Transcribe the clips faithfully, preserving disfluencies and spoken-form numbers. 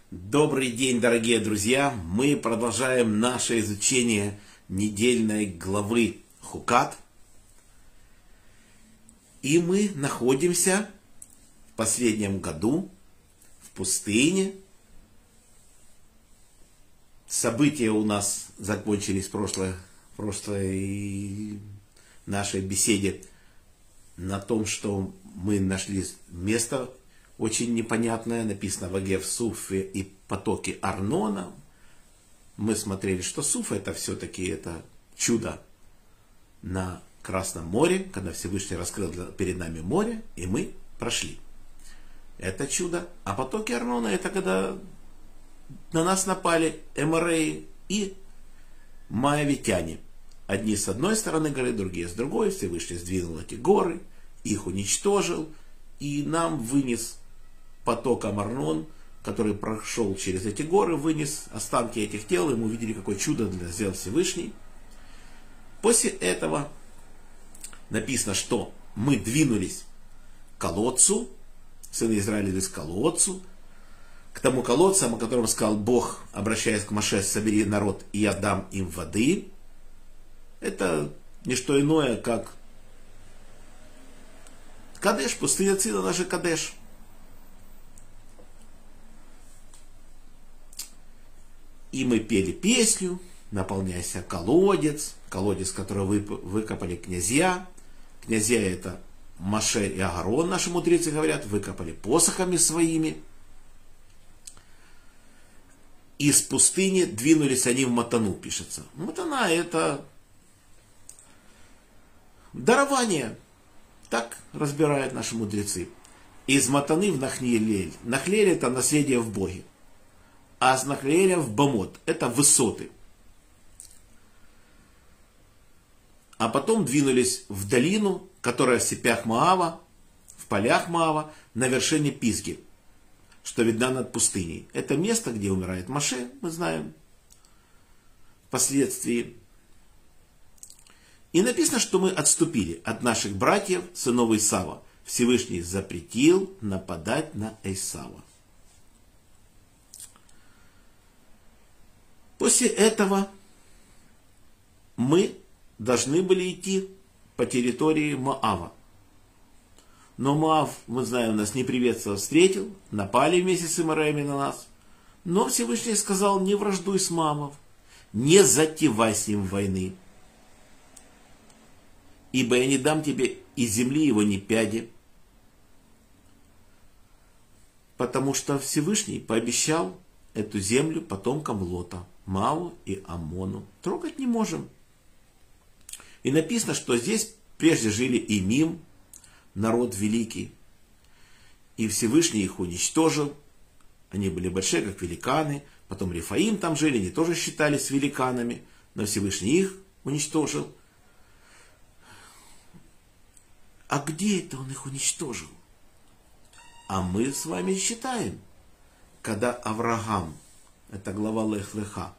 Добрый день, дорогие друзья! Мы продолжаем наше изучение недельной главы Хукат. И мы находимся в последнем году в пустыне. События у нас закончились в прошлой, в прошлой нашей беседе на том, что мы нашли место очень непонятное, написано Вагев Суфе и потоки Арнона. Мы смотрели, что Суфа это все-таки это чудо на Красном море, когда Всевышний раскрыл перед нами море, и мы прошли. Это чудо. А потоки Арнона это когда на нас напали эмореи и моавитяне. Одни с одной стороны горы, другие с другой. Всевышний сдвинул эти горы, их уничтожил и нам вынес потоком Арнон, который прошел через эти горы, вынес останки этих тел, и мы увидели, какое чудо сделал Всевышний. После этого написано, что мы двинулись к колодцу, сыны Израиля двинулись к колодцу, к тому колодцу, о котором сказал Бог, обращаясь к Моше: собери народ, и я дам им воды. Это не что иное, как Кадеш, пустыня Цина, даже Кадеш. И мы пели песню: наполняйся колодец, колодец, который выкопали князья. Князья это Моше и Аарон, наши мудрецы говорят, выкопали посохами своими. Из пустыни двинулись они в Матану, пишется. Матана это дарование, так разбирают наши мудрецы. Из Матаны в Нахлиэль. Нахлиэль это наследие в Боге. А с Нахлиэля в Бамот. Это высоты. А потом двинулись в долину, которая в степях Моава, в полях Моава, на вершине Писги, что видна над пустыней. Это место, где умирает Моше, мы знаем, впоследствии. И написано, что мы отступили от наших братьев, сынов Исава. Всевышний запретил нападать на Исава. После этого мы должны были идти по территории Моава. Но Моав, мы знаем, нас неприветственно встретил, напали вместе с эмореями на нас. Но Всевышний сказал: не враждуй с Моавом, не затевай с ним войны. Ибо я не дам тебе из земли его ни пяди. Потому что Всевышний пообещал эту землю потомкам Лота, Моаву и Аммону. Трогать не можем. И написано, что здесь прежде жили Имим, народ великий. И Всевышний их уничтожил. Они были большие, как великаны. Потом Рефаим там жили, они тоже считались великанами. Но Всевышний их уничтожил. А где это он их уничтожил? А мы с вами считаем, когда Авраам, это глава Лех-Леха,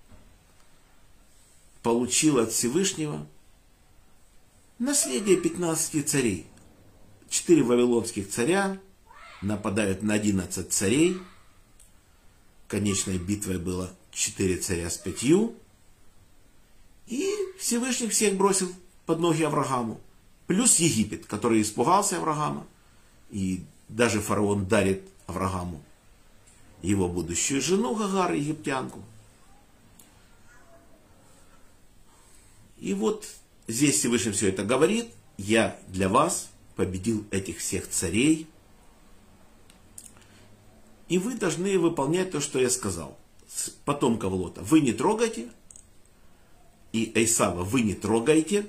получил от Всевышнего наследие пятнадцати царей. Четыре вавилонских царя нападают на одиннадцать царей. Конечной битвой было четыре царя с пятью. И Всевышний всех бросил под ноги Аврааму. Плюс Египет, который испугался Авраама. И даже фараон дарит Аврааму его будущую жену Гагар, египтянку. И вот здесь Всевышний все это говорит: я для вас победил этих всех царей, и вы должны выполнять то, что я сказал. Потомков Лота вы не трогайте, и Исава вы не трогайте.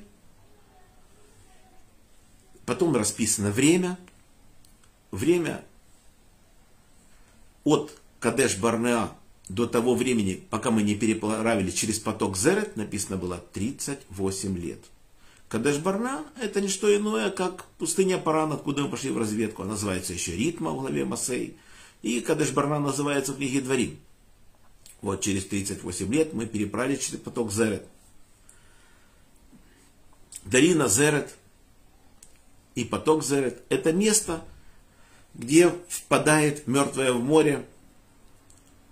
Потом расписано время. Время от Кадеш-Барнеа до того времени, пока мы не переправили через поток Зерет, написано было тридцать восемь лет. Кадеш-Барнеа это не что иное, как пустыня Паран, откуда мы пошли в разведку. Она называется еще Ритма в главе Масей. И Кадеш-Барнеа называется в книге Дворим. Вот через тридцать восемь лет мы переправили через поток Зерет. Долина Зерет и поток Зерет это место, где впадает мертвое в море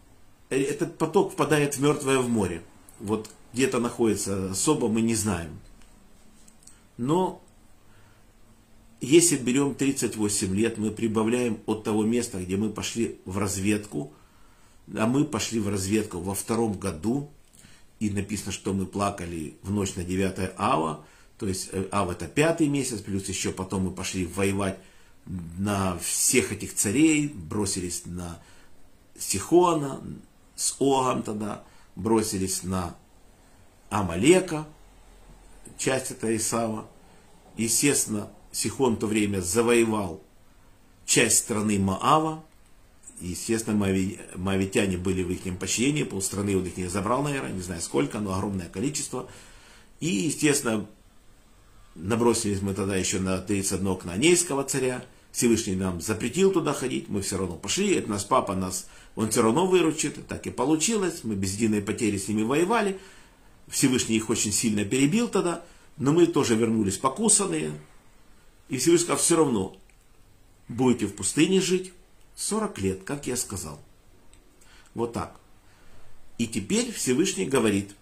этот поток впадает в Мертвое в море. Вот где-то находится особо, мы не знаем. Но если берем тридцать восемь лет, мы прибавляем от того места, где мы пошли в разведку, а мы пошли в разведку во втором году, и написано, что мы плакали в ночь на девятое ава, то есть ав это пятый месяц, плюс еще потом мы пошли воевать на всех этих царей, бросились на Сихона, с Огом тогда, бросились на Амалека, часть это Исава. Естественно, Сихон в то время завоевал часть страны Моава. Естественно, моавитяне были в их подчинении, полстраны он их не забрал, наверное, не знаю сколько, но огромное количество. И, естественно, набросились мы тогда еще на тридцать одного кнаанейского царя. Всевышний нам запретил туда ходить, мы все равно пошли. Это наш папа, нас, он все равно выручит. Так и получилось, мы без единой потери с ними воевали. Всевышний их очень сильно перебил тогда, но мы тоже вернулись покусанные. И Всевышний сказал, все равно будете в пустыне жить сорок лет, как я сказал. Вот так. И теперь Всевышний говорит,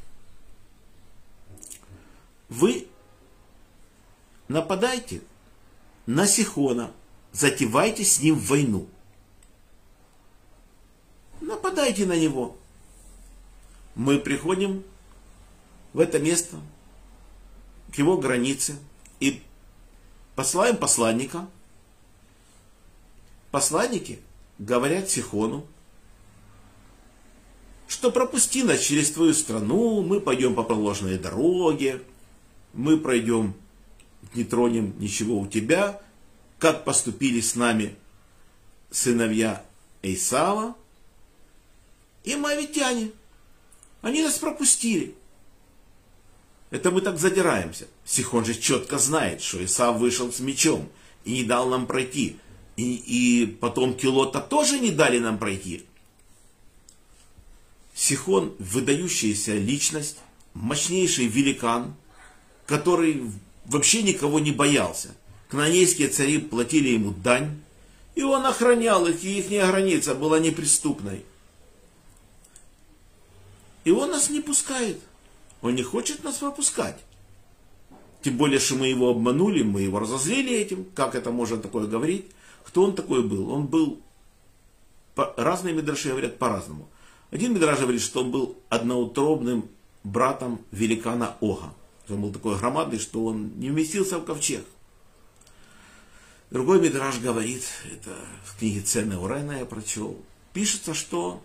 вы нападайте на Сихона, затевайте с ним войну. Нападайте на него. Мы приходим в это место, к его границе, и посылаем посланника. Посланники говорят Сихону, что пропусти нас через твою страну, мы пойдем по проложенной дороге, мы пройдем, не тронем ничего у тебя, как поступили с нами сыновья Исава и моавитяне. Они нас пропустили. Это мы так задираемся. Сихон же четко знает, что Исав вышел с мечом и не дал нам пройти. И, и потомки Лота тоже не дали нам пройти. Сихон выдающаяся личность, мощнейший великан, который вообще никого не боялся. Кнаанейские цари платили ему дань, и он охранял их, и их граница была неприступной. И он нас не пускает. Он не хочет нас пропускать. Тем более, что мы его обманули, мы его разозлили этим. Как это можно такое говорить? Кто он такой был? Он был... Разные мидраши говорят по-разному. Один мидраш говорит, что он был одноутробным братом великана Ога. Он был такой громадный, что он не вместился в ковчег. Другой мидраш говорит, это в книге Цены Урайна я прочел, пишется, что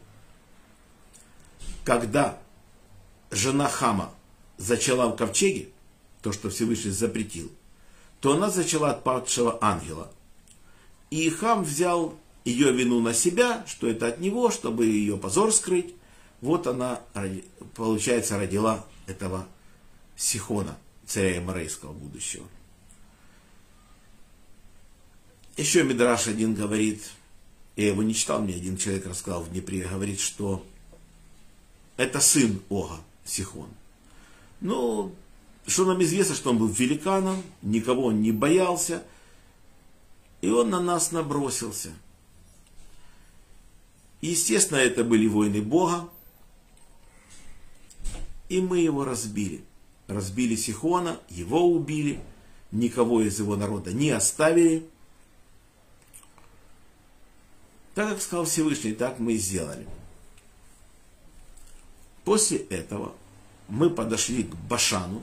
когда жена Хама зачала в ковчеге, то, что Всевышний запретил, то она зачала от падшего ангела. И Хам взял ее вину на себя, что это от него, чтобы ее позор скрыть. Вот она, получается, родила этого Сихона, царя Эморейского будущего. Еще мидраш один говорит, я его не читал, мне один человек рассказал в Днепре, говорит, что это сын Ога, Сихон. Ну, что нам известно, что он был великаном, никого он не боялся, и он на нас набросился. Естественно, это были войны Бога, и мы его разбили. Разбили Сихона, его убили, никого из его народа не оставили. Так как сказал Всевышний, так мы и сделали. После этого мы подошли к Башану,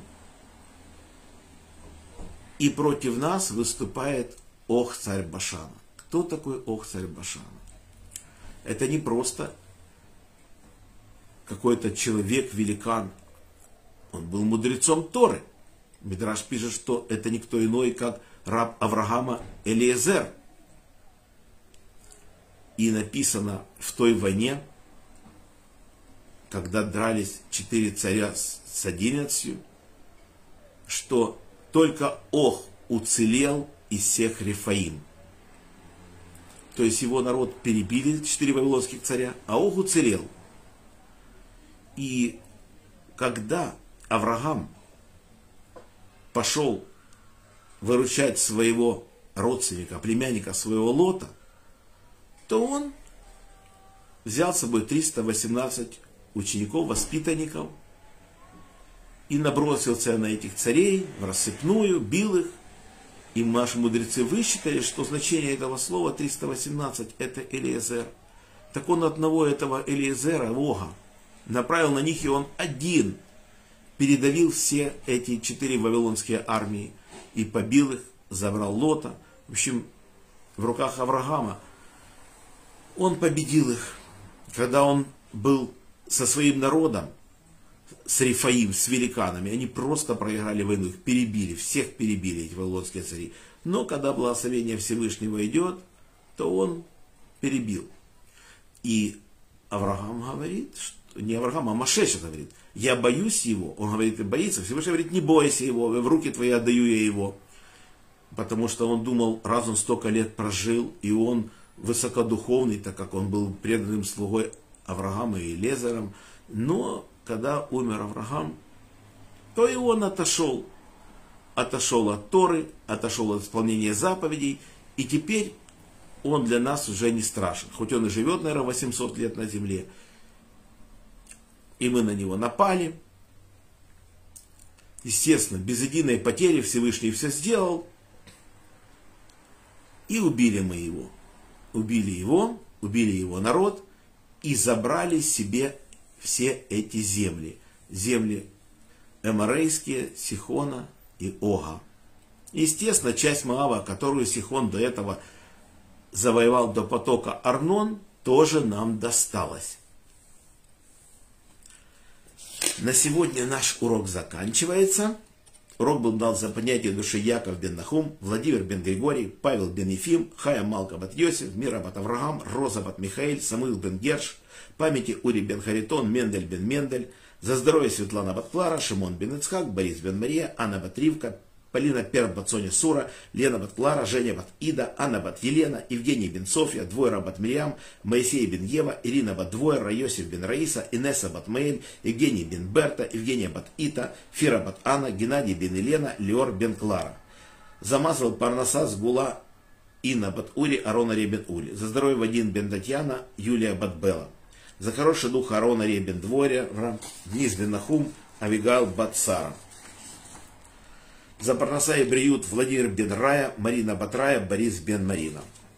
и против нас выступает Ог, царь Башана. Кто такой Ог, царь Башана? Это не просто какой-то человек, великан. Он был мудрецом Торы. Мидраш пишет, что это никто иной, как раб Авраама Элиезер. И написано в той войне, когда дрались четыре царя с одиннадцатью, что только Ог уцелел из всех Рефаим. То есть его народ перебили, четыре вавилонских царя, а Ог уцелел. И когда Авраам пошел выручать своего родственника, племянника своего Лота, то он взял с собой триста восемнадцать учеников, воспитанников, и набросился на этих царей в рассыпную, бил их. И наши мудрецы высчитали, что значение этого слова триста восемнадцать это Элиезер. Так он одного этого Элиезера, Бога, направил на них, и он один передавил все эти четыре вавилонские армии и побил их, забрал Лота. В общем, в руках Авраама он победил их. Когда он был со своим народом, с Рифаим, с великанами, они просто проиграли войну, их перебили, всех перебили, эти вавилонские цари. Но когда благословение Всевышнего идет, то он перебил. И Авраам говорит, что, не Авраам, а Моше говорит, я боюсь его. Он говорит, и боится. Всевышний говорит, не бойся его, в руки твои отдаю я его. Потому что он думал, раз он столько лет прожил, и он высокодуховный, так как он был преданным слугой Авраама и Элиезером. Но когда умер Авраам, то и он отошел. Отошел от Торы, отошел от исполнения заповедей. И теперь он для нас уже не страшен. Хоть он и живет, наверное, восемьсот лет на земле. И мы на него напали. Естественно, без единой потери Всевышний все сделал. И убили мы его. Убили его, убили его народ. И забрали себе все эти земли. Земли эморейские, Сихона и Ога. Естественно, часть Моава, которую Сихон до этого завоевал до потока Арнон, тоже нам досталась. На сегодня наш урок заканчивается. Урок был дан за понятие души Яков бен Нахум, Владимир бен Григорий, Павел бен Ефим, Хая Малка бат Йосиф, Мира бат Авраам, Роза бат Михаил, Самуил бен Герш, памяти Ури бен Харитон, Мендель бен Мендель, за здоровье Светлана бат Клара, Шимон бен Ицхак, Борис бен Мария, Анна бат Ривка, Полина Перт бат Соня Сура, Лена бат Клара, Женя бат Ида, Анна бат Елена, Евгений бен Софья, Двойра бат Мирьям, Моисей бен Ева, Ирина бат Двойра, Йосиф бен Раиса, Инесса бат Маэль, Евгений бен Берта, Евгения бат Ита, Фира бат Анна, Геннадий бен Елена, Леор бен Клара. Замазал Парнаса Сгула, Инна бат Ури, Арона ребен Ули. За здоровье Вадим бен Татьяна, Юлия бат Бела. За хороший дух Арона ребен Двойра, Низ бен Нахум, Авигаил бат Сара. За Парнаса и Бриют Владимир бен Рая, Марина Батрая, Борис бен Марина.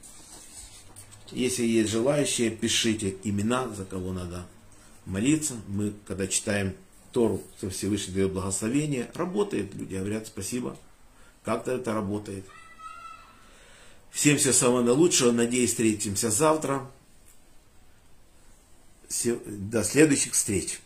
Если есть желающие, пишите имена, за кого надо молиться. Мы, когда читаем Тору, Всевышний дает благословение. Работает, люди говорят спасибо. Как-то это работает. Всем всего самого наилучшего. Надеюсь, встретимся завтра. До следующих встреч.